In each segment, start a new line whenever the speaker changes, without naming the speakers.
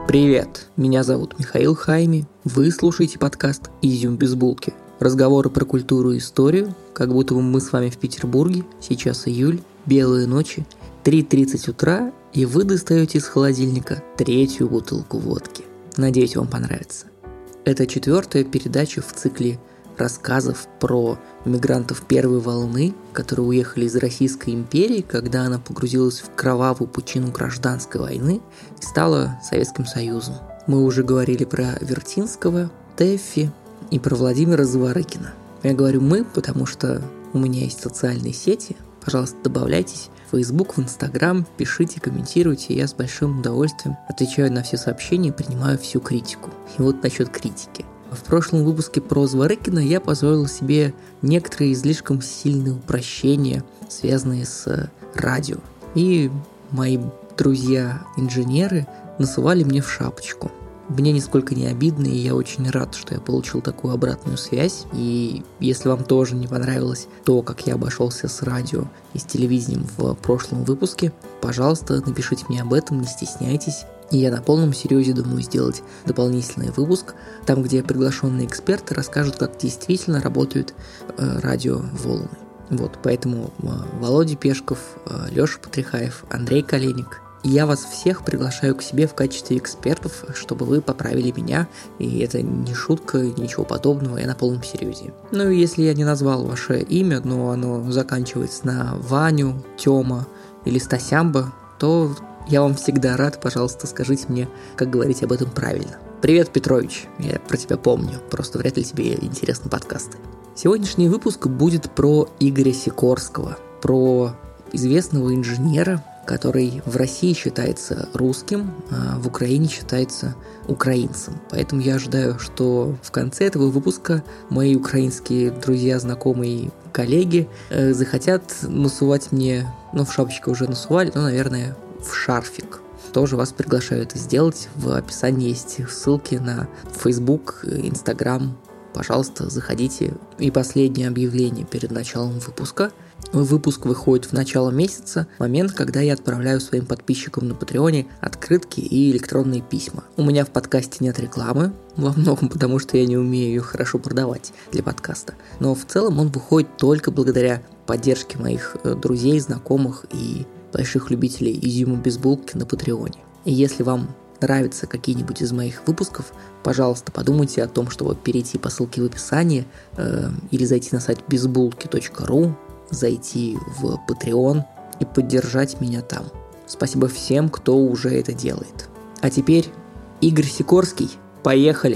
Привет, меня зовут Михаил Хайми, вы слушаете подкаст «Изюм без булки». Разговоры про культуру и историю, как будто бы мы с вами в Петербурге, сейчас июль, белые ночи, 3:30 утра, и вы достаете из холодильника 3-ю бутылку водки. Надеюсь, вам понравится. Это 4-я передача в цикле рассказов про мигрантов первой волны, которые уехали из Российской империи, когда она погрузилась в кровавую пучину гражданской войны и стала Советским Союзом. Мы уже говорили про Вертинского, Тэффи и про Владимира Зворыкина. Я говорю «мы», потому что у меня есть социальные сети. Пожалуйста, добавляйтесь в Facebook, в Instagram, пишите, комментируйте. Я с большим удовольствием отвечаю на все сообщения и принимаю всю критику. И вот насчет критики. В прошлом выпуске про Зворыкина я позволил себе некоторые слишком сильные упрощения, связанные с радио. И мои друзья-инженеры насылали мне в шапочку. Мне нисколько не обидно, и я очень рад, что я получил такую обратную связь. И если вам тоже не понравилось то, как я обошелся с радио и с телевидением в прошлом выпуске, пожалуйста, напишите мне об этом, не стесняйтесь. И я на полном серьезе думаю сделать дополнительный выпуск, там, где приглашенные эксперты расскажут, как действительно работают радиоволны. Вот, поэтому Володя Пешков, Леша Потряхаев, Андрей Калиник. Я вас всех приглашаю к себе в качестве экспертов, чтобы вы поправили меня, и это не шутка, ничего подобного, я на полном серьезе. Ну и если я не назвал ваше имя, но оно заканчивается на Ваню, Тёма или Стасямба, то я вам всегда рад, пожалуйста, скажите мне, как говорить об этом правильно. Привет, Петрович, я про тебя помню, просто вряд ли тебе интересны подкасты. Сегодняшний выпуск будет про Игоря Сикорского, про известного инженера, который в России считается русским, а в Украине считается украинцем. Поэтому я ожидаю, что в конце этого выпуска мои украинские друзья, знакомые, коллеги захотят насувать мне, в шапочку уже насували, но, наверное, в шарфик. Тоже вас приглашаю это сделать. В описании есть ссылки на Facebook, Instagram. Пожалуйста, заходите. И последнее объявление перед началом выпуска. Выпуск выходит в начало месяца, момент, когда я отправляю своим подписчикам на Патреоне открытки и электронные письма. У меня в подкасте нет рекламы, во многом потому, что я не умею ее хорошо продавать для подкаста. Но в целом он выходит только благодаря поддержке моих друзей, знакомых и больших любителей изюма без булки на Патреоне. И если вам нравятся какие-нибудь из моих выпусков, пожалуйста, подумайте о том, чтобы перейти по ссылке в описании или зайти на сайт безбулки.ру, зайти в Patreon и поддержать меня там. Спасибо всем, кто уже это делает. А теперь Игорь Сикорский. Поехали!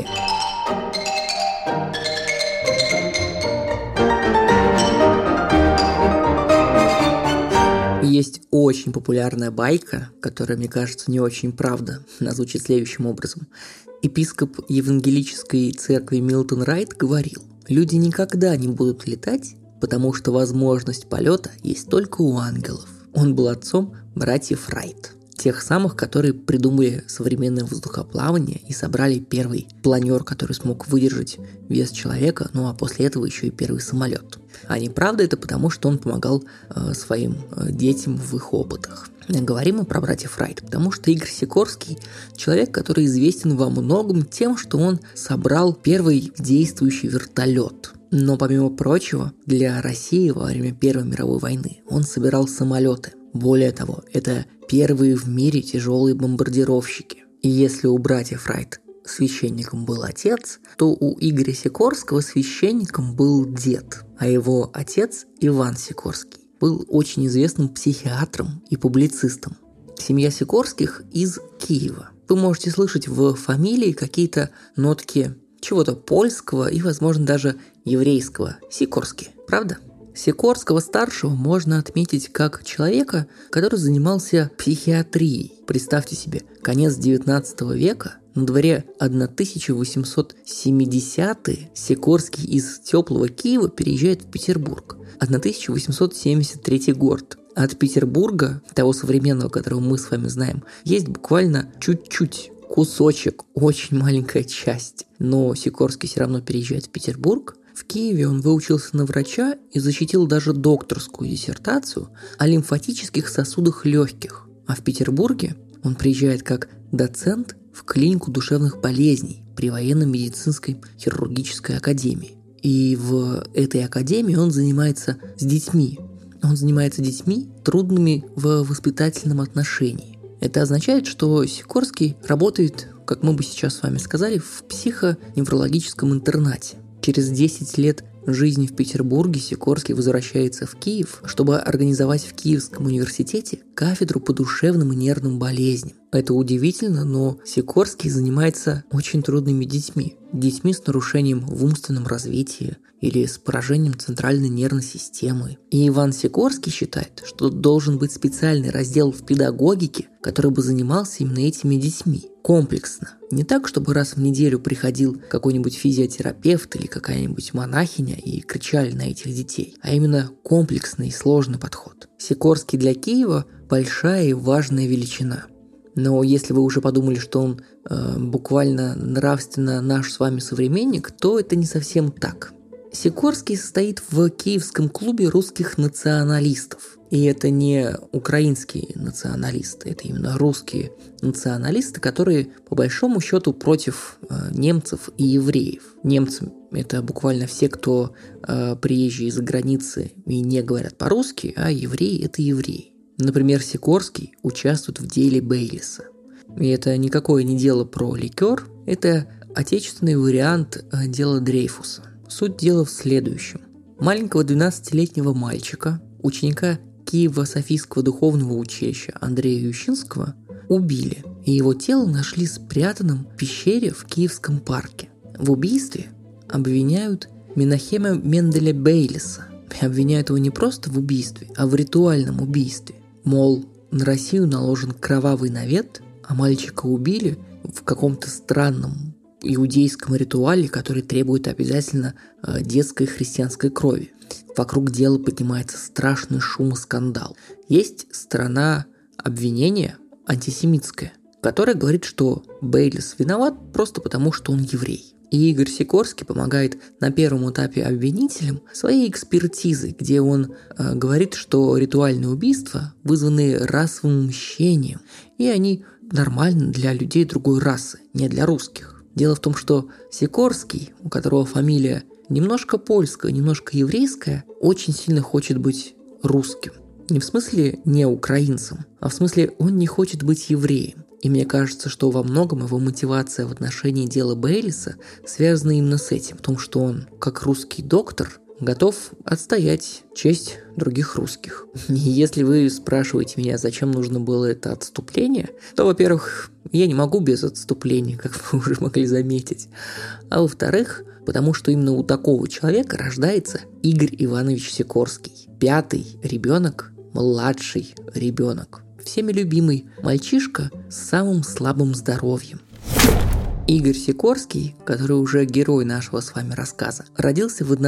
Есть очень популярная байка, которая, мне кажется, не очень правда. Она звучит следующим образом. Епископ Евангелической церкви Милтон Райт говорил: «Люди никогда не будут летать, потому что возможность полета есть только у ангелов». Он был отцом братьев Райт, тех самых, которые придумали современное воздухоплавание и собрали первый планер, который смог выдержать вес человека, а после этого еще и первый самолет. А неправда это потому, что он помогал своим детям в их опытах. Говорим мы про братьев Райт, потому что Игорь Сикорский – человек, который известен во многом тем, что он собрал первый действующий вертолет. Но помимо прочего, для России во время Первой мировой войны он собирал самолеты. Более того, это первые в мире тяжелые бомбардировщики. И если у братьев Райт священником был отец, то у Игоря Сикорского священником был дед, а его отец Иван Сикорский был очень известным психиатром и публицистом. Семья Сикорских из Киева. Вы можете слышать в фамилии какие-то нотки чего-то польского и, возможно, даже еврейского. Сикорский, правда? Сикорского-старшего можно отметить как человека, который занимался психиатрией. Представьте себе, конец 19 века, на дворе 1870-е, Сикорский из теплого Киева переезжает в Петербург. 1873 год. От Петербурга, того современного, которого мы с вами знаем, есть буквально чуть-чуть, кусочек, очень маленькая часть. Но Сикорский все равно переезжает в Петербург. В Киеве он выучился на врача и защитил даже докторскую диссертацию о лимфатических сосудах легких. А в Петербурге он приезжает как доцент в клинику душевных болезней при военно-медицинской хирургической академии. И в этой академии он занимается с детьми. Он занимается детьми, трудными в воспитательном отношении. Это означает, что Сикорский работает, как мы бы сейчас с вами сказали, в психоневрологическом интернате. Через 10 лет жизни в Петербурге Сикорский возвращается в Киев, чтобы организовать в Киевском университете кафедру по душевным и нервным болезням. Это удивительно, но Сикорский занимается очень трудными детьми. Детьми с нарушением в умственном развитии или с поражением центральной нервной системы. И Иван Сикорский считает, что должен быть специальный раздел в педагогике, который бы занимался именно этими детьми. Комплексно. Не так, чтобы раз в неделю приходил какой-нибудь физиотерапевт или какая-нибудь монахиня и кричали на этих детей, а именно комплексный и сложный подход. Сикорский для Киева – большая и важная величина. Но если вы уже подумали, что он буквально нравственно наш с вами современник, то это не совсем так. Сикорский состоит в Киевском клубе русских националистов. И это не украинские националисты, это именно русские националисты, которые по большому счету против немцев и евреев. Немцы – это буквально все, кто приезжие из-за границы и не говорят по-русски, а евреи – это евреи. Например, Сикорский участвует в деле Бейлиса. И это никакое не дело про ликер, это отечественный вариант дела Дрейфуса. Суть дела в следующем. Маленького 12-летнего мальчика, ученика Киево-Софийского духовного училища Андрея Ющинского, убили, и его тело нашли спрятанным в пещере в Киевском парке. В убийстве обвиняют Менахема Менделя Бейлиса. И обвиняют его не просто в убийстве, а в ритуальном убийстве. Мол, на Россию наложен кровавый навет, а мальчика убили в каком-то странном иудейском ритуале, который требует обязательно детской христианской крови. Вокруг дела поднимается страшный шум и скандал. Есть сторона обвинения антисемитская, которая говорит, что Бейлис виноват просто потому, что он еврей. И Игорь Сикорский помогает на первом этапе обвинителям своей экспертизой, где он говорит, что ритуальные убийства вызваны расовым мщением, и они нормальны для людей другой расы, не для русских. Дело в том, что Сикорский, у которого фамилия немножко польская, немножко еврейская, очень сильно хочет быть русским. Не в смысле не украинцем, а в смысле он не хочет быть евреем. И мне кажется, что во многом его мотивация в отношении дела Бейлиса связана именно с этим. В том, что он, как русский доктор, готов отстоять честь других русских. И если вы спрашиваете меня, зачем нужно было это отступление, то, во-первых, я не могу без отступления, как вы уже могли заметить. А во-вторых, потому что именно у такого человека рождается Игорь Иванович Сикорский. 5-й ребенок, младший ребенок. Всеми любимый мальчишка с самым слабым здоровьем. Игорь Сикорский, который уже герой нашего с вами рассказа, родился в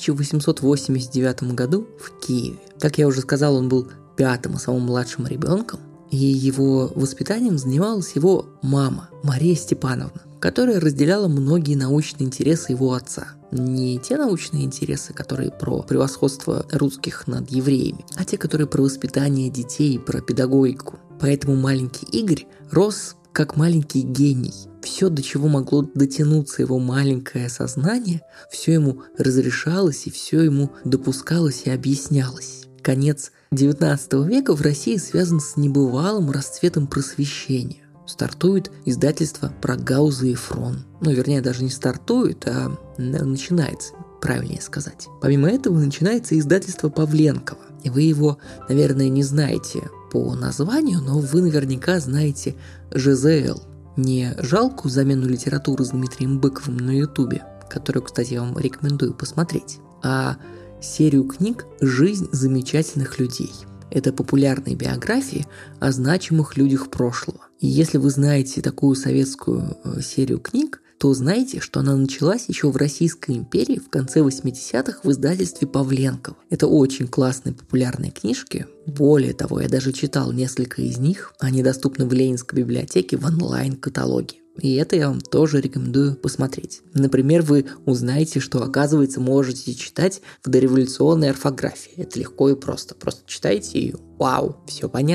1889 году в Киеве. Как я уже сказал, он был 5-м и самым младшим ребенком, и его воспитанием занималась его мама Мария Степановна, которая разделяла многие научные интересы его отца. Не те научные интересы, которые про превосходство русских над евреями, а те, которые про воспитание детей и про педагогику. Поэтому маленький Игорь рос как маленький гений. Все, до чего могло дотянуться его маленькое сознание, все ему разрешалось и все ему допускалось и объяснялось. Конец XIX века в России связан с небывалым расцветом просвещения. Стартует издательство про Гауза и Фрон. Вернее, даже не стартует, а начинается, правильнее сказать. Помимо этого начинается издательство Павленкова. И вы его, наверное, не знаете по названию, но вы наверняка знаете ЖЗЛ. Не жалкую замену литературы с Дмитрием Быковым на Ютубе, которую, кстати, я вам рекомендую посмотреть, а серию книг «Жизнь замечательных людей». Это популярные биографии о значимых людях прошлого. И если вы знаете такую советскую серию книг, то знаете, что она началась еще в Российской империи в конце 80-х в издательстве Павленкова. Это очень классные популярные книжки. Более того, я даже читал несколько из них. Они доступны в Ленинской библиотеке в онлайн-каталоге. И это я вам тоже рекомендую посмотреть. Например, вы узнаете, что, оказывается, можете читать в дореволюционной орфографии. Это легко и просто. Просто читайте и вау, все понятно.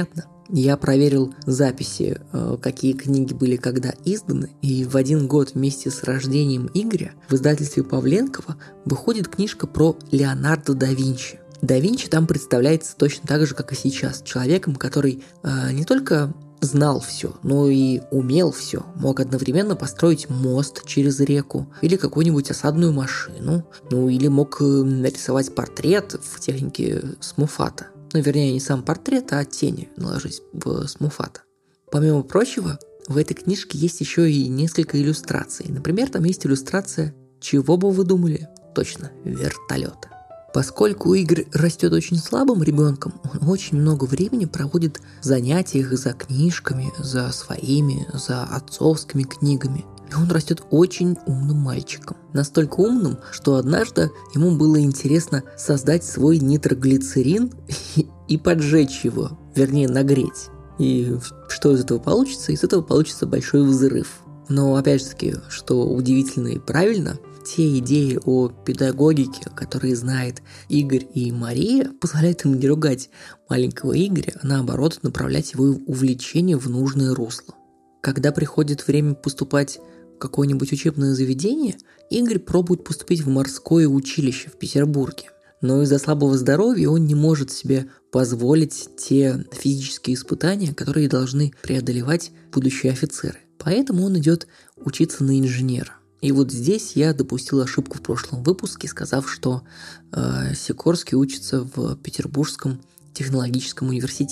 Я проверил записи, какие книги были когда изданы, и в один год вместе с рождением Игоря в издательстве Павленкова выходит книжка про Леонардо да Винчи. Да Винчи там представляется точно так же, как и сейчас, человеком, который не только знал все, но и умел все. Мог одновременно построить мост через реку или какую-нибудь осадную машину, или мог нарисовать портрет в технике смуфата. Вернее, не сам портрет, а тени наложить в смуфата. Помимо прочего, в этой книжке есть еще и несколько иллюстраций. Например, там есть иллюстрация, чего бы вы думали? Точно, вертолета. Поскольку Игорь растет очень слабым ребенком, он очень много времени проводит в занятиях за книжками, за своими, за отцовскими книгами. И он растет очень умным мальчиком. Настолько умным, что однажды ему было интересно создать свой нитроглицерин и поджечь его, вернее нагреть. И что из этого получится? Из этого получится большой взрыв. Но опять же таки, что удивительно и правильно, те идеи о педагогике, которые знает Игорь и Мария, позволяют им не ругать маленького Игоря, а наоборот направлять его увлечение в нужное русло. Когда приходит время поступать в какое-нибудь учебное заведение, Игорь пробует поступить в морское училище в Петербурге. Но из-за слабого здоровья он не может себе позволить те физические испытания, которые должны преодолевать будущие офицеры. Поэтому он идет учиться на инженера. И вот здесь я допустил ошибку в прошлом выпуске, сказав, что Сикорский учится в Петербургском технологическом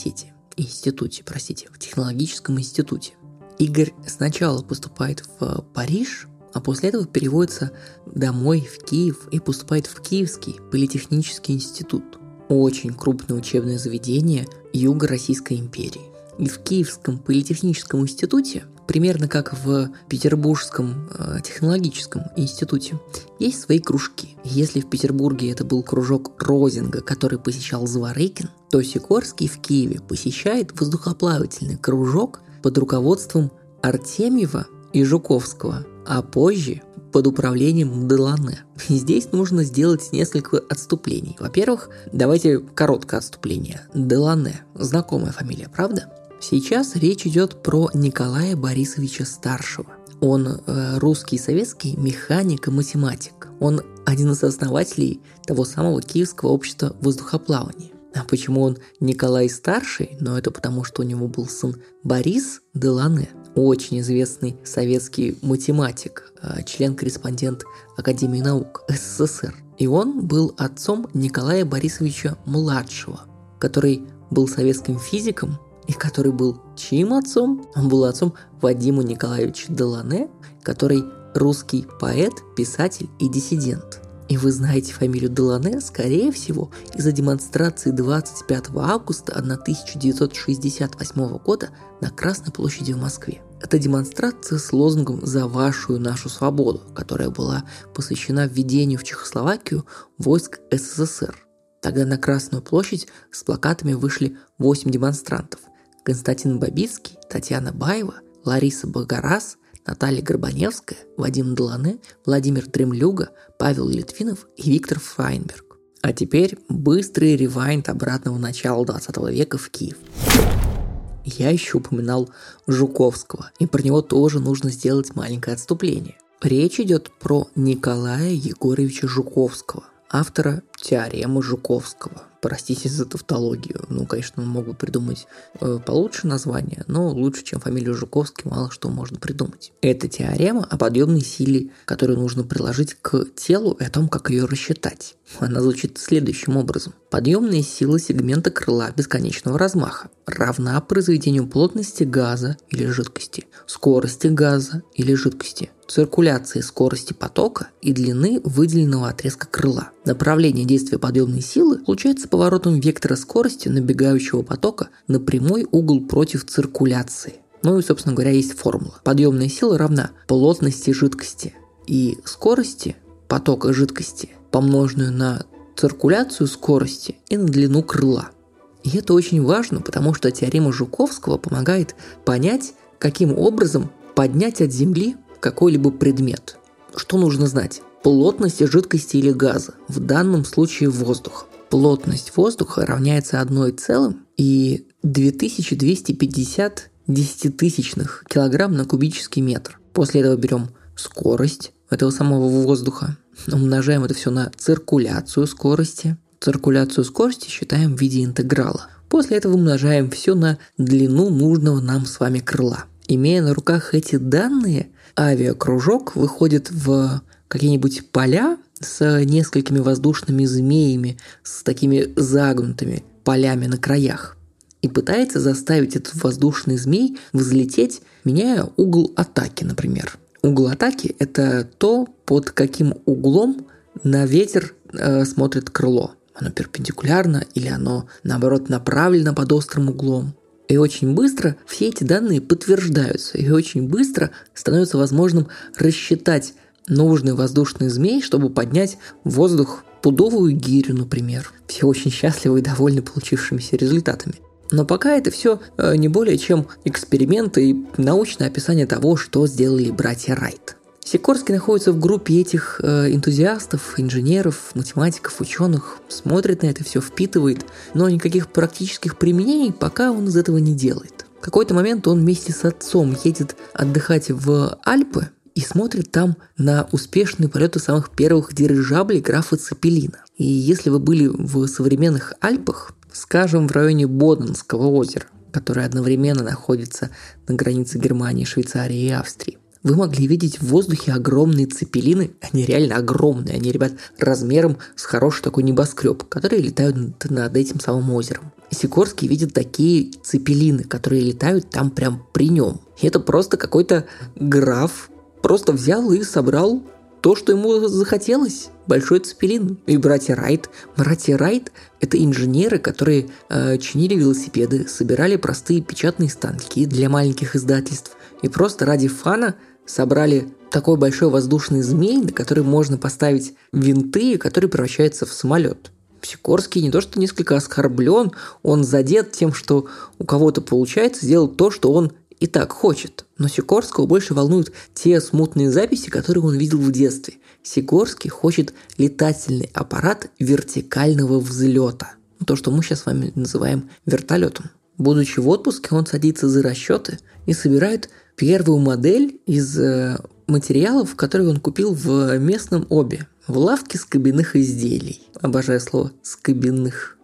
в технологическом институте. Игорь сначала поступает в Париж, а после этого переводится домой в Киев и поступает в Киевский политехнический институт. Очень крупное учебное заведение Юга Российской империи. И в Киевском политехническом институте, примерно как в Петербургском технологическом институте, есть свои кружки. Если в Петербурге это был кружок Розинга, который посещал Зворыкин, то Сикорский в Киеве посещает воздухоплавательный кружок под руководством Артемьева и Жуковского, а позже под управлением Делане. И здесь нужно сделать несколько отступлений. Во-первых, давайте короткое отступление. Делане. Знакомая фамилия, правда? Сейчас речь идет про Николая Борисовича Старшего. Он русский и советский механик и математик. Он один из основателей того самого Киевского общества воздухоплавания. А почему он Николай Старший? Это потому, что у него был сын Борис Делане, очень известный советский математик, член-корреспондент Академии наук СССР. И он был отцом Николая Борисовича Младшего, который был советским физиком, и который был чьим отцом? Он был отцом Вадима Николаевича Делане, который русский поэт, писатель и диссидент. И вы знаете фамилию Делане, скорее всего, из-за демонстрации 25 августа 1968 года на Красной площади в Москве. Это демонстрация с лозунгом «За вашу и нашу свободу», которая была посвящена введению в Чехословакию войск СССР. Тогда на Красную площадь с плакатами вышли 8 демонстрантов: Константин Бабицкий, Татьяна Баева, Лариса Богораз, Наталья Горбаневская, Вадим Делане, Владимир Дремлюга, Павел Литвинов и Виктор Файнберг. А теперь быстрый ревайнд обратно в начало 20 века в Киев. Я еще упоминал Жуковского, и про него тоже нужно сделать маленькое отступление. Речь идет про Николая Егоровича Жуковского, автора теоремы Жуковского. Простите за тавтологию. Конечно, могут придумать получше название, но лучше, чем фамилию Жуковский, мало что можно придумать. Это теорема о подъемной силе, которую нужно приложить к телу, и о том, как ее рассчитать. Она звучит следующим образом. Подъемная сила сегмента крыла бесконечного размаха равна произведению плотности газа или жидкости, скорости газа или жидкости, циркуляции скорости потока и длины выделенного отрезка крыла. Направление действия подъемной силы получается поворотом вектора скорости набегающего потока на прямой угол против циркуляции. И, собственно говоря, есть формула. Подъемная сила равна плотности жидкости и скорости потока жидкости, помноженную на циркуляцию скорости и на длину крыла. И это очень важно, потому что теорема Жуковского помогает понять, каким образом поднять от Земли какой-либо предмет. Что нужно знать? Плотность жидкости или газа, в данном случае воздуха. Плотность воздуха равняется 1,2 и 2250 десятитысячных килограмм на кубический метр. После этого берем скорость этого самого воздуха, умножаем это все на циркуляцию скорости. Циркуляцию скорости считаем в виде интеграла. После этого умножаем все на длину нужного нам с вами крыла. Имея на руках эти данные, авиакружок выходит в какие-нибудь поля с несколькими воздушными змеями, с такими загнутыми полями на краях, и пытается заставить этот воздушный змей взлететь, меняя угол атаки, например. Угол атаки – это то, под каким углом на ветер смотрит крыло. Оно перпендикулярно или оно, наоборот, направлено под острым углом. И очень быстро все эти данные подтверждаются, и очень быстро становится возможным рассчитать нужный воздушный змей, чтобы поднять в воздух пудовую гирю, например. Все очень счастливы и довольны получившимися результатами. Но пока это все не более чем эксперименты и научное описание того, что сделали братья Райт. Сикорский находится в группе этих энтузиастов, инженеров, математиков, ученых, смотрит на это все, впитывает, но никаких практических применений пока он из этого не делает. В какой-то момент он вместе с отцом едет отдыхать в Альпы и смотрит там на успешные полеты самых первых дирижаблей графа Цеппелина. И если вы были в современных Альпах, скажем, в районе Боденского озера, которое одновременно находится на границе Германии, Швейцарии и Австрии, вы могли видеть в воздухе огромные цеппелины. Они реально огромные. Они, ребят, размером с хороший такой небоскреб, которые летают над этим самым озером. И Сикорский видит такие цеппелины, которые летают там прям при нем. И это просто какой-то граф просто взял и собрал то, что ему захотелось. Большой цеппелин. И братья Райт. Братья Райт – это инженеры, которые чинили велосипеды, собирали простые печатные станки для маленьких издательств. И просто ради фана собрали такой большой воздушный змей, на который можно поставить винты, который превращается в самолет. Сикорский не то что несколько оскорблен, он задет тем, что у кого-то получается сделать то, что он и так хочет. Но Сикорского больше волнуют те смутные записи, которые он видел в детстве. Сикорский хочет летательный аппарат вертикального взлета. То, что мы сейчас с вами называем вертолетом. Будучи в отпуске, он садится за расчеты и собирает первую модель из материалов, которые он купил в местном обе, в лавке скобяных изделий. Обожаю слово «скобяных».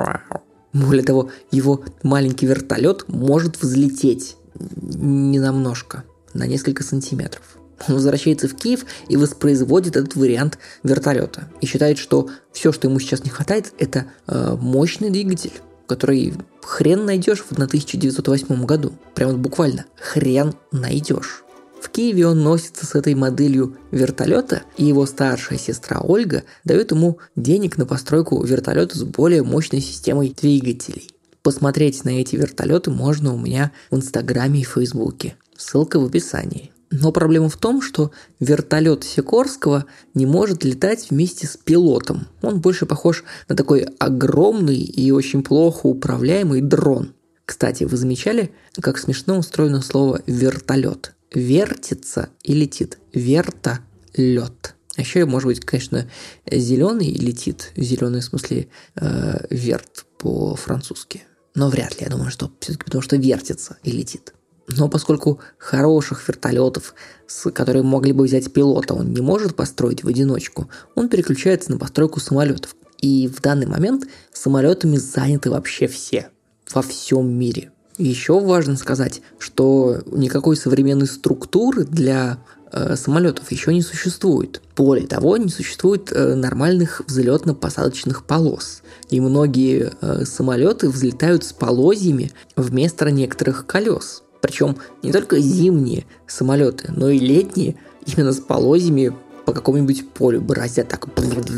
Более того, его маленький вертолет может взлететь ненамножко, на несколько сантиметров. Он возвращается в Киев и воспроизводит этот вариант вертолета. И считает, что все, что ему сейчас не хватает, это мощный двигатель, который хрен найдешь в 1908 году. Прям вот буквально хрен найдешь. В Киеве он носится с этой моделью вертолета, и его старшая сестра Ольга дает ему денег на постройку вертолета с более мощной системой двигателей. Посмотреть на эти вертолеты можно у меня в Инстаграме и Фейсбуке. Ссылка в описании. Но проблема в том, что вертолет Сикорского не может летать вместе с пилотом. Он больше похож на такой огромный и очень плохо управляемый дрон. Кстати, вы замечали, как смешно устроено слово «вертолет»? Вертится и летит. Вертолет. А еще, может быть, конечно, зеленый летит. Зеленый в смысле верт по-французски. Но вряд ли, я думаю, что все-таки потому что вертится и летит. Но поскольку хороших вертолетов, которые могли бы взять пилота, он не может построить в одиночку, он переключается на постройку самолетов. И в данный момент самолетами заняты вообще все, во всем мире. И еще важно сказать, что никакой современной структуры для самолетов еще не существует. Более того, не существует нормальных взлетно-посадочных полос. И многие самолеты взлетают с полозьями вместо некоторых колес. Причем не только зимние самолеты, но и летние именно с полозьями по какому-нибудь полю бороздят так.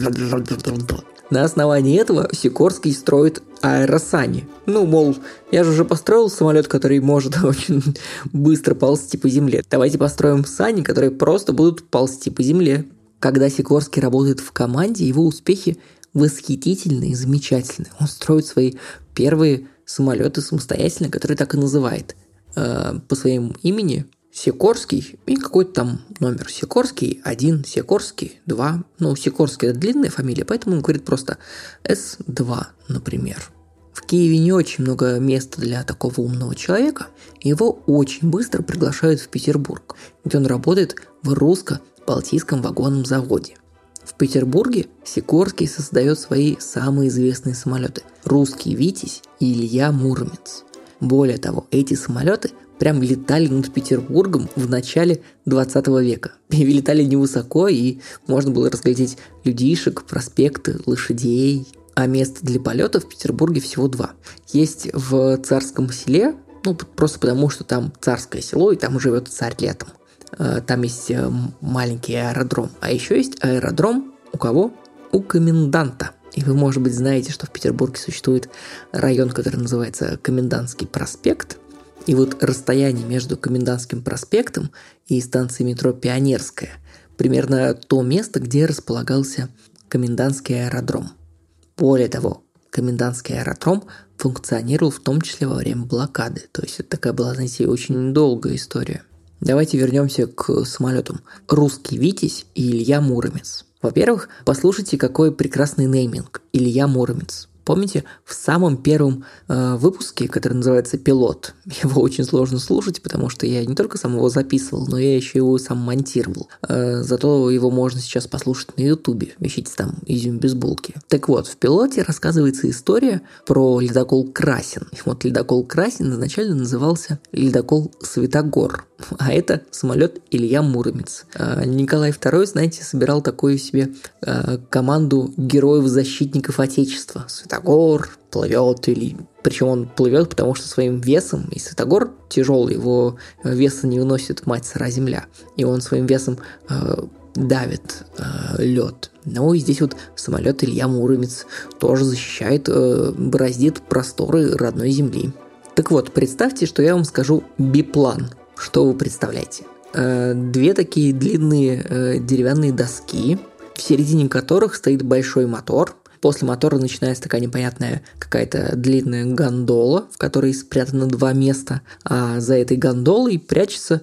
На основании этого Сикорский строит аэросани. Ну, мол, я же уже построил самолет, который может очень быстро ползти по земле. Давайте построим сани, которые просто будут ползти по земле. Когда Сикорский работает в команде, его успехи восхитительные, замечательные. Он строит свои первые самолеты самостоятельно, которые так и называет. По своему имени Сикорский и какой-то там номер. Сикорский 1, Сикорский 2. Ну, Сикорский – это длинная фамилия, поэтому он говорит просто С2, например. в Киеве не очень много места для такого умного человека, и его очень быстро приглашают в Петербург, где он работает в русско-балтийском вагонном заводе. В Петербурге Сикорский создает свои самые известные самолеты – «Русский Витязь» и «Илья Муромец». Более того, эти самолеты прям летали над Петербургом в начале 20 века. И летали невысоко, и можно было разглядеть людишек, проспекты, лошадей. А мест для полета в Петербурге всего 2. Есть в Царском селе, просто потому что там царское село, и там живет царь летом. Там есть маленький аэродром. А еще есть аэродром у кого? У коменданта. И вы, может быть, знаете, что в Петербурге существует район, который называется Комендантский проспект. И вот расстояние между Комендантским проспектом и станцией метро Пионерская примерно то место, где располагался комендантский аэродром. Более того, комендантский аэродром функционировал в том числе во время блокады. То есть это такая была, знаете, очень долгая история. Давайте вернемся к самолетам. «Русский Витязь» и «Илья Муромец». Во-первых, послушайте, какой прекрасный нейминг – «Илья Муромец». Помните, в самом первом выпуске, который называется «Пилот», его очень сложно слушать, потому что я не только сам его записывал, но я еще его сам монтировал. Зато его можно сейчас послушать на Ютубе. Ищите там «Изюм без булки». Так вот, в «Пилоте» рассказывается история про ледокол «Красин». И вот ледокол «Красин» изначально назывался ледокол «Святогор». А это самолет Илья Муромец. Николай II, знаете, собирал такую себе команду героев-защитников Отечества. Святогор плывет, причем он плывет, потому что своим весом, и Святогор тяжелый, его веса не выносит мать сыра земля, и он своим весом давит лед. Ну и здесь вот самолет Илья Муромец тоже защищает, бороздит просторы родной земли. Так вот, представьте, что я вам скажу биплан. Что вы представляете? 2 такие длинные деревянные доски, в середине которых стоит большой мотор. После мотора начинается такая непонятная какая-то длинная гондола, в которой спрятано 2 места, а за этой гондолой прячется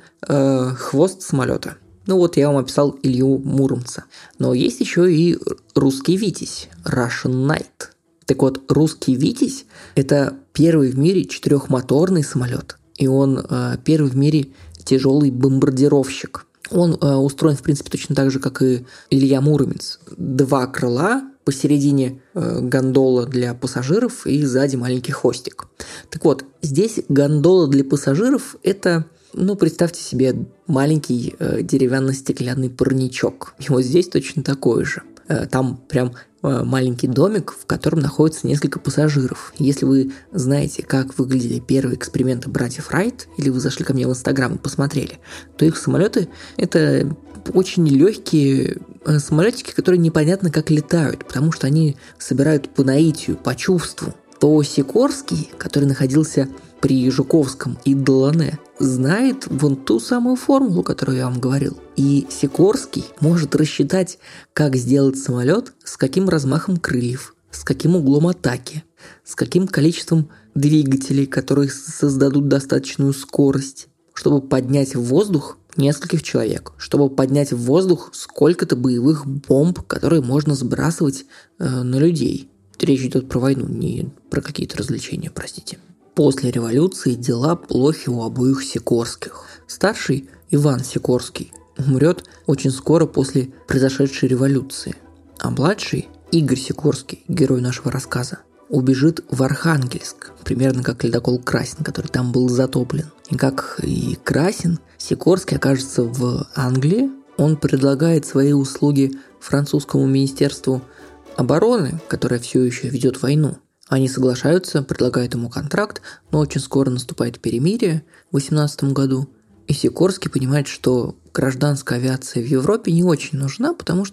хвост самолета. Ну вот я вам описал Илью Муромца. Но есть еще и «Русский Витязь» – Russian Knight. Так вот, «Русский Витязь» – это первый в мире 4-моторный самолет. И он первый в мире тяжелый бомбардировщик. Он устроен, в принципе, точно так же, как и Илья Муромец. 2 крыла, посередине гондола для пассажиров и сзади маленький хвостик. Так вот, здесь гондола для пассажиров – это, представьте себе маленький деревянно-стеклянный парничок. И вот здесь точно такой же. Там прям маленький домик, в котором находится несколько пассажиров. Если вы знаете, как выглядели первые эксперименты братьев Райт, или вы зашли ко мне в Инстаграм и посмотрели, то их самолеты – это очень легкие самолетики, которые непонятно как летают, потому что они собирают по наитию, по чувству. То Сикорский, который находился при Жуковском и Делане, знает вон ту самую формулу, которую я вам говорил. И Сикорский может рассчитать, как сделать самолет, с каким размахом крыльев, с каким углом атаки, с каким количеством двигателей, которые создадут достаточную скорость, чтобы поднять в воздух нескольких человек, чтобы поднять в воздух сколько-то боевых бомб, которые можно сбрасывать на людей. Речь идет про войну, не про какие-то развлечения, простите. После революции дела плохи у обоих Сикорских. Старший Иван Сикорский умрет очень скоро после произошедшей революции, а младший Игорь Сикорский, герой нашего рассказа, убежит в Архангельск, примерно как ледокол «Красин», который там был затоплен. И как и «Красин», Сикорский окажется в Англии. Он предлагает свои услуги французскому министерству обороны, которое все еще ведет войну. Они соглашаются, предлагают ему контракт, но очень скоро наступает перемирие в 18 году. И Сикорский понимает, что гражданская авиация в Европе не очень нужна,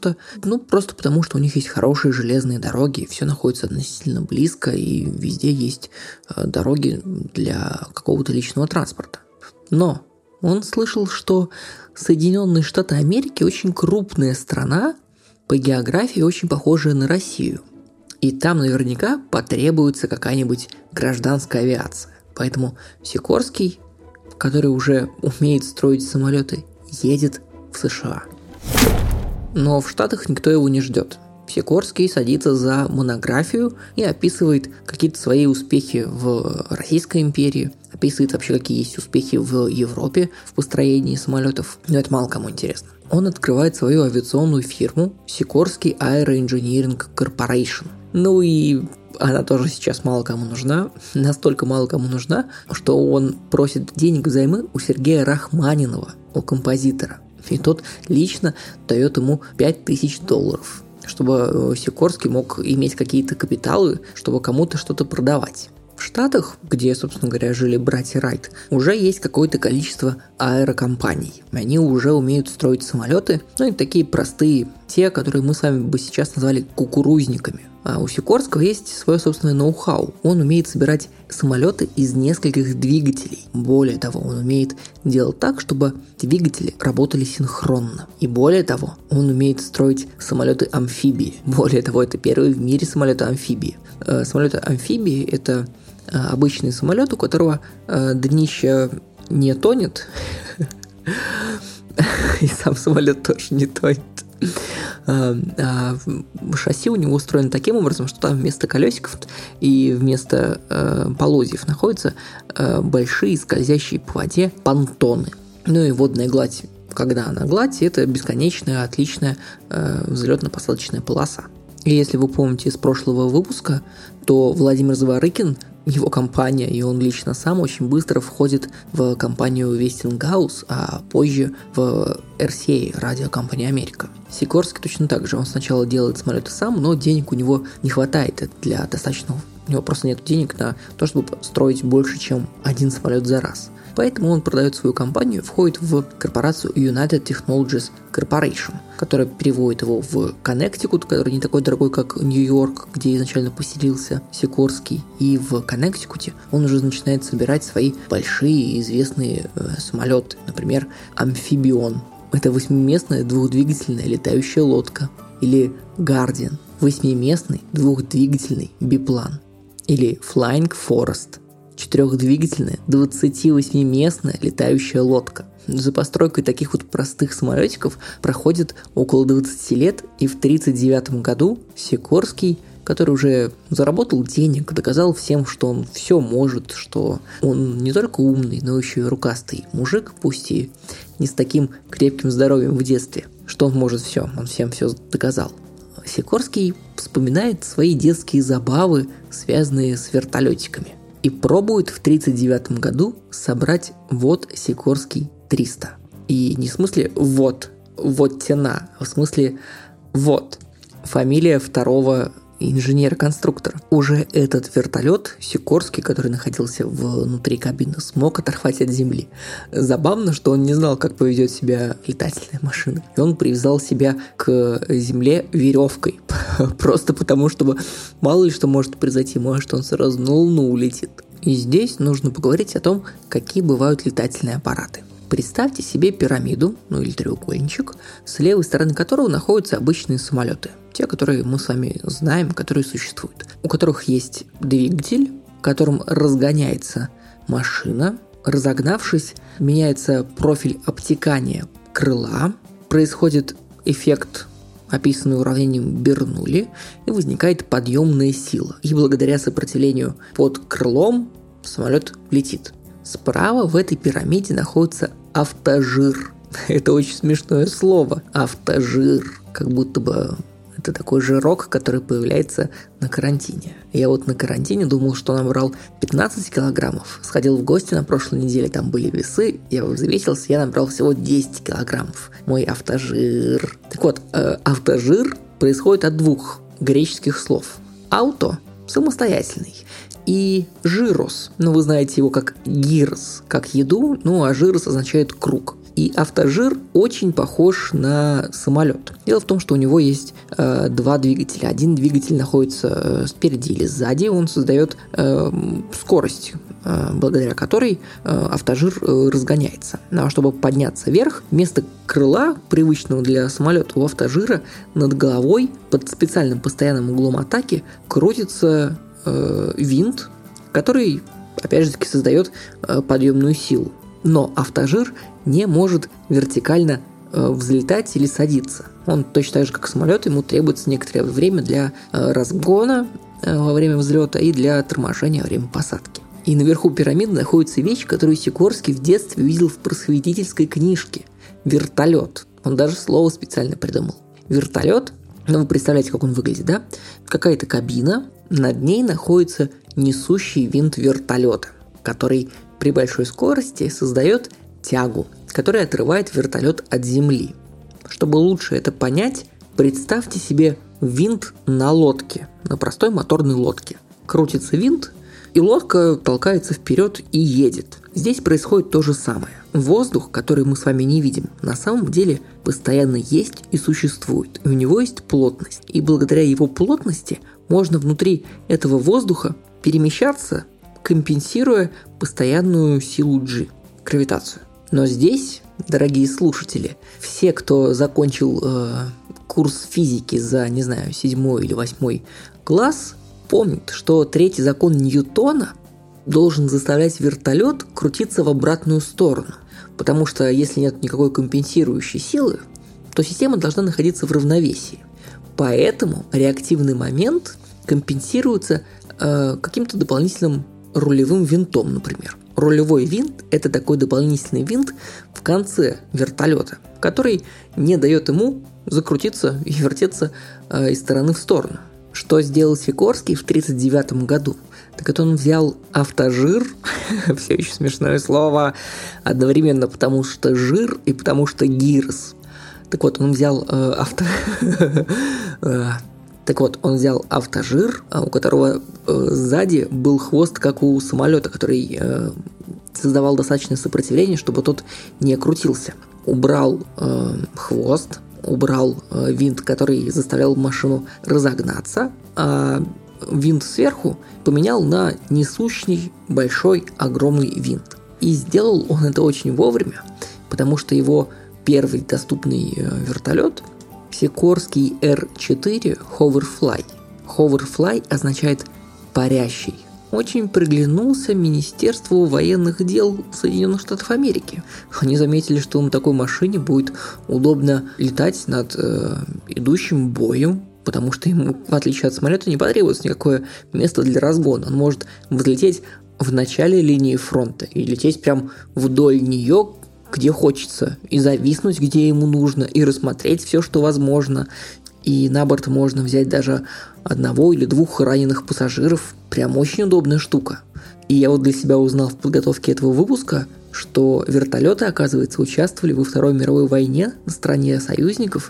просто потому что у них есть хорошие железные дороги, все находится относительно близко, и везде есть дороги для какого-то личного транспорта. Но он слышал, что Соединенные Штаты Америки очень крупная страна, по географии очень похожая на Россию. И там наверняка потребуется какая-нибудь гражданская авиация. Поэтому Сикорский, который уже умеет строить самолеты, едет в США. Но в Штатах никто его не ждет. Сикорский садится за монографию и описывает какие-то свои успехи в Российской империи, описывает вообще, какие есть успехи в Европе в построении самолетов. Но это мало кому интересно. Он открывает свою авиационную фирму Сикорский Aero Engineering Corporation. Ну и она тоже сейчас мало кому нужна, настолько мало кому нужна, что он просит денег взаймы у Сергея Рахманинова, у композитора. И тот лично дает ему $5000, чтобы Сикорский мог иметь какие-то капиталы, чтобы кому-то что-то продавать. В Штатах, где, собственно говоря, жили братья Райт, уже есть какое-то количество аэрокомпаний. Они уже умеют строить самолеты, ну и такие простые, те, которые мы с вами бы сейчас назвали кукурузниками. А у Сикорского есть свое собственное ноу-хау. Он умеет собирать самолеты из нескольких двигателей. Более того, он умеет делать так, чтобы двигатели работали синхронно. И более того, он умеет строить самолеты-амфибии. Более того, это первый в мире самолеты-амфибии. Самолеты-амфибии – это обычный самолет, у которого днище не тонет, и сам самолет тоже не тонет. А шасси у него устроено таким образом, что там вместо колесиков и вместо полозьев находятся большие скользящие по воде понтоны. Ну и водная гладь, когда она гладь, это бесконечная, отличная взлетно-посадочная полоса. И если вы помните из прошлого выпуска, то Владимир Зворыкин, его компания, и он лично сам очень быстро входит в компанию Westinghouse, а позже в RCA, радиокомпания Америка. Сикорский точно так же. Он сначала делает самолеты сам, но денег у него не хватает для достаточного. У него просто нет денег на то, чтобы строить больше, чем один самолет за раз. Поэтому он продает свою компанию, входит в корпорацию United Technologies Corporation, которая переводит его в Коннектикут, который не такой дорогой, как Нью-Йорк, где изначально поселился Сикорский. И в Коннектикуте он уже начинает собирать свои большие известные самолеты, например, Амфибион. Это 8-местная двухдвигательная летающая лодка. Или Guardian, 8-местный двухдвигательный биплан. Или Flying Forest, 4-двигательная 28-местная летающая лодка. За постройкой таких вот простых самолетиков проходит около 20 лет, и в 1939 году Сикорский, который уже заработал денег, доказал всем, что он все может, что он не только умный, но еще и рукастый мужик, пусть и не с таким крепким здоровьем в детстве, что он может все, он всем все доказал. Сикорский вспоминает свои детские забавы, связанные с вертолетиками, и пробует в 1939 году собрать вот Сикорский 300. И не в смысле вот тена, а в смысле вот фамилия второго инженера-конструктора. Уже этот вертолет Сикорский, который находился внутри кабины, смог оторвать от земли. Забавно, что он не знал, как поведет себя летательная машина. И он привязал себя к земле веревкой. Просто потому, чтобы мало ли что может произойти, может он сразу на Луну улетит. И здесь нужно поговорить о том, какие бывают летательные аппараты. Представьте себе пирамиду, ну или треугольничек, с левой стороны которого находятся обычные самолеты. Те, которые мы с вами знаем, которые существуют. У которых есть двигатель, которым разгоняется машина. Разогнавшись, меняется профиль обтекания крыла. Происходит эффект, описанный уравнением Бернулли, и возникает подъемная сила. И благодаря сопротивлению под крылом самолет летит. Справа в этой пирамиде находится автожир. Это очень смешное слово. Автожир. Как будто бы это такой жирок, который появляется на карантине. Я вот на карантине думал, что набрал 15 килограммов. Сходил в гости на прошлой неделе, там были весы. Я взвесился, я набрал всего 10 килограммов. Мой автожир. Так вот, автожир происходит от двух греческих слов. Ауто – самостоятельный. И жирос, вы знаете его как гирос, как еду, а жирос означает круг. И автожир очень похож на самолет. Дело в том, что у него есть два двигателя. Один двигатель находится спереди или сзади, он создает скорость, благодаря которой автожир разгоняется. А чтобы подняться вверх, вместо крыла, привычного для самолета, у автожира над головой под специальным постоянным углом атаки крутится винт, который, опять же таки, создает подъемную силу. Но автожир не может вертикально взлетать или садиться. Он точно так же, как самолет, ему требуется некоторое время для разгона во время взлета и для торможения во время посадки. И наверху пирамиды находится вещь, которую Сикорский в детстве видел в просветительской книжке. Вертолет. Он даже слово специально придумал. Вертолет, вы представляете, как он выглядит, да? Какая-то кабина, над ней находится несущий винт вертолета, который при большой скорости создает тягу, которая отрывает вертолет от земли. Чтобы лучше это понять, представьте себе винт на лодке, на простой моторной лодке. Крутится винт, и лодка толкается вперед и едет. Здесь происходит то же самое. Воздух, который мы с вами не видим, на самом деле постоянно есть и существует. И у него есть плотность. И благодаря его плотности можно внутри этого воздуха перемещаться, компенсируя постоянную силу G, гравитацию. Но здесь, дорогие слушатели, все, кто закончил курс физики за, 7 или 8 класс, помнят, что третий закон Ньютона должен заставлять вертолет крутиться в обратную сторону. Потому что если нет никакой компенсирующей силы, то система должна находиться в равновесии. Поэтому реактивный момент компенсируется каким-то дополнительным рулевым винтом, например. Рулевой винт – это такой дополнительный винт в конце вертолета, который не дает ему закрутиться и вертеться из стороны в сторону. Что сделал Сикорский в 1939 году? Так это он взял автожир, все еще смешное слово, одновременно потому что жир и потому что гирс. Так вот, он взял автожир, у которого сзади был хвост, как у самолета, который создавал достаточное сопротивление, чтобы тот не крутился. Убрал хвост, убрал винт, который заставлял машину разогнаться, а винт сверху поменял на несущий большой огромный винт. И сделал он это очень вовремя, потому что его первый доступный вертолет Сикорский Р-4 Hoverfly. Hoverfly означает «парящий». Очень приглянулся Министерству военных дел Соединенных Штатов Америки. Они заметили, что на такой машине будет удобно летать над идущим боем, потому что ему, в отличие от самолета, не потребуется никакое место для разгона. Он может взлететь в начале линии фронта и лететь прям вдоль нее, где хочется, и зависнуть, где ему нужно, и рассмотреть все, что возможно. И на борт можно взять даже 1 или 2 раненых пассажиров. Прям очень удобная штука. И я вот для себя узнал в подготовке этого выпуска, что вертолеты, оказывается, участвовали во Второй мировой войне на стороне союзников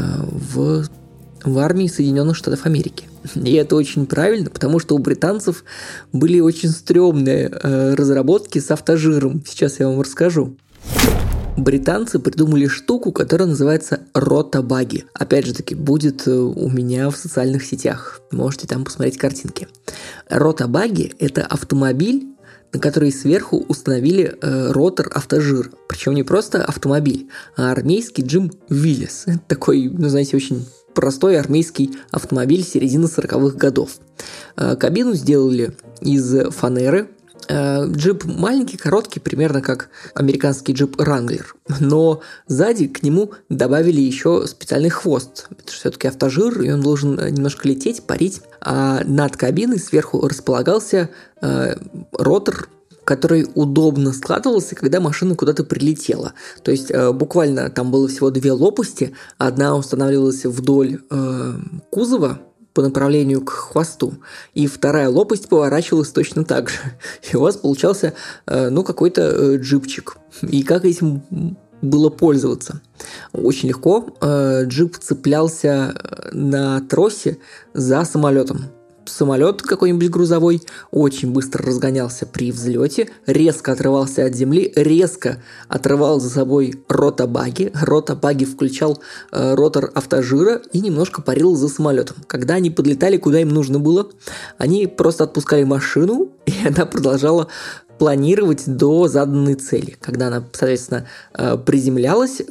в армии Соединенных Штатов Америки. И это очень правильно, потому что у британцев были очень стрёмные разработки с автожиром. Сейчас я вам расскажу. Британцы придумали штуку, которая называется ротобаги. Опять же таки, будет у меня в социальных сетях. Можете там посмотреть картинки. Ротобаги – это автомобиль, на который сверху установили ротор автожира. Причем не просто автомобиль, а армейский Джим Виллис. Это такой, очень простой армейский автомобиль середины 40-х годов. Кабину сделали из фанеры. Джип маленький, короткий, примерно как американский джип Wrangler, но сзади к нему добавили еще специальный хвост. Это все-таки автожир, и он должен немножко лететь, парить. А над кабиной сверху располагался ротор, который удобно складывался, когда машина куда-то прилетела. То есть буквально там было всего 2 лопасти, одна устанавливалась вдоль кузова по направлению к хвосту, и вторая лопасть поворачивалась точно так же. И у вас получался, какой-то джипчик. И как этим было пользоваться? Очень легко. Джип цеплялся на тросе за самолетом. Самолет какой-нибудь грузовой очень быстро разгонялся при взлете, резко отрывался от земли, резко отрывал за собой ротобаги. Ротобаги включал ротор автожира и немножко парил за самолетом. Когда они подлетали, куда им нужно было, они просто отпускали машину, и она продолжала планировать до заданной цели. Когда она, соответственно, приземлялась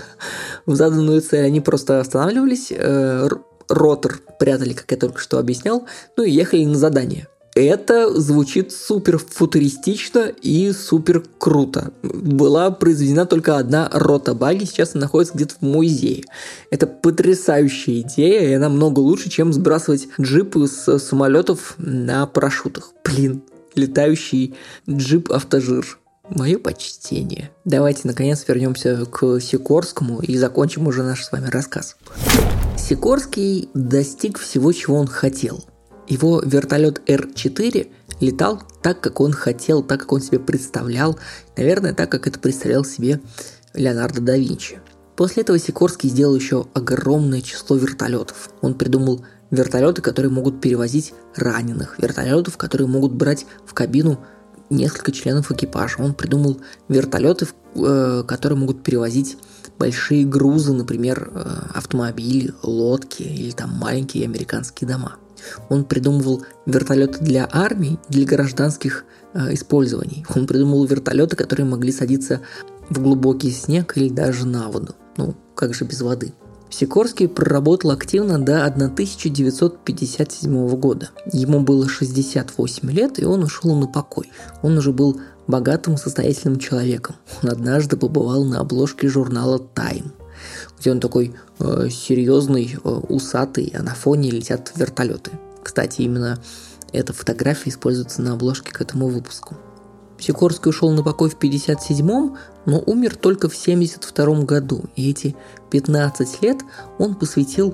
в заданную цель, они просто останавливались, ротор прятали, как я только что объяснял, и ехали на задание. Это звучит супер футуристично и супер круто. Была произведена только одна рота баги, сейчас она находится где-то в музее. Это потрясающая идея, и она много лучше, чем сбрасывать джипы с самолетов на парашютах. Блин, летающий джип-автожир. Мое почтение. Давайте, наконец, вернемся к Сикорскому и закончим уже наш с вами рассказ. Сикорский достиг всего, чего он хотел. Его вертолет Р-4 летал так, как он хотел, так, как он себе представлял, наверное, так, как это представлял себе Леонардо да Винчи. После этого Сикорский сделал еще огромное число вертолетов. Он придумал вертолеты, которые могут перевозить раненых, вертолетов, которые могут брать в кабину несколько членов экипажа. Он придумал вертолеты, которые могут перевозить большие грузы, например, автомобили, лодки или там маленькие американские дома. Он придумывал вертолеты для армии, для гражданских использований. Он придумал вертолеты, которые могли садиться в глубокий снег или даже на воду. Ну, как же без воды. Сикорский проработал активно до 1957 года. Ему было 68 лет, и он ушел на покой. Он уже был богатым, состоятельным человеком. Он однажды побывал на обложке журнала Time, где он такой серьезный, усатый, а на фоне летят вертолеты. Кстати, именно эта фотография используется на обложке к этому выпуску. Сикорский ушел на покой в 1957-м, но умер только в 1972 году. И эти 15 лет он посвятил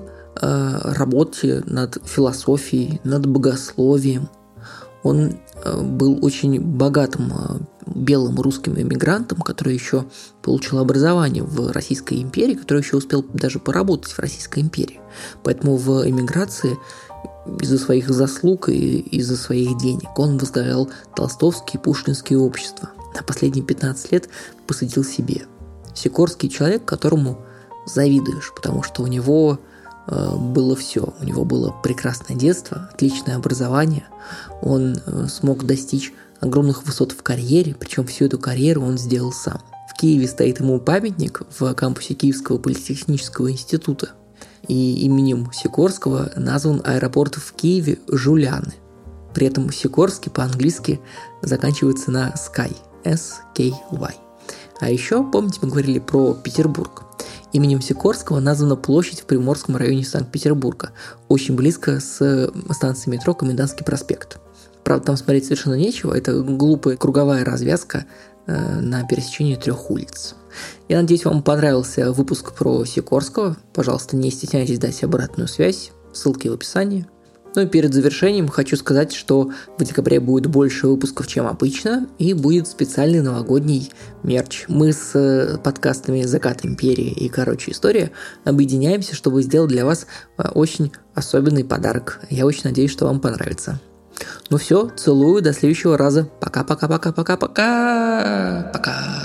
работе над философией, над богословием. Он был очень богатым белым русским эмигрантом, который еще получил образование в Российской империи, который еще успел даже поработать в Российской империи. Поэтому в эмиграции из-за своих заслуг и из-за своих денег он возглавлял толстовские и пушкинские общества. На последние 15 лет посвятил себе. Сикорский человек, которому завидуешь, потому что у него было все. У него было прекрасное детство, отличное образование. Он смог достичь огромных высот в карьере, причем всю эту карьеру он сделал сам. В Киеве стоит ему памятник в кампусе Киевского политехнического института. И именем Сикорского назван аэропорт в Киеве Жуляны. При этом Сикорский по-английски заканчивается на Sky, S-K-Y. А еще, помните, мы говорили про Петербург. Именем Сикорского названа площадь в Приморском районе Санкт-Петербурга, очень близко с станции метро Комендантский проспект. Правда, там смотреть совершенно нечего, это глупая круговая развязка на пересечении 3 улиц. Я надеюсь, вам понравился выпуск про Сикорского. Пожалуйста, не стесняйтесь дать обратную связь, ссылки в описании. Ну и перед завершением хочу сказать, что в декабре будет больше выпусков, чем обычно, и будет специальный новогодний мерч. Мы с подкастами «Закат империи» и «Короче, история» объединяемся, чтобы сделать для вас очень особенный подарок. Я очень надеюсь, что вам понравится. Ну все, целую, до следующего раза. Пока-пока-пока-пока-пока. Пока.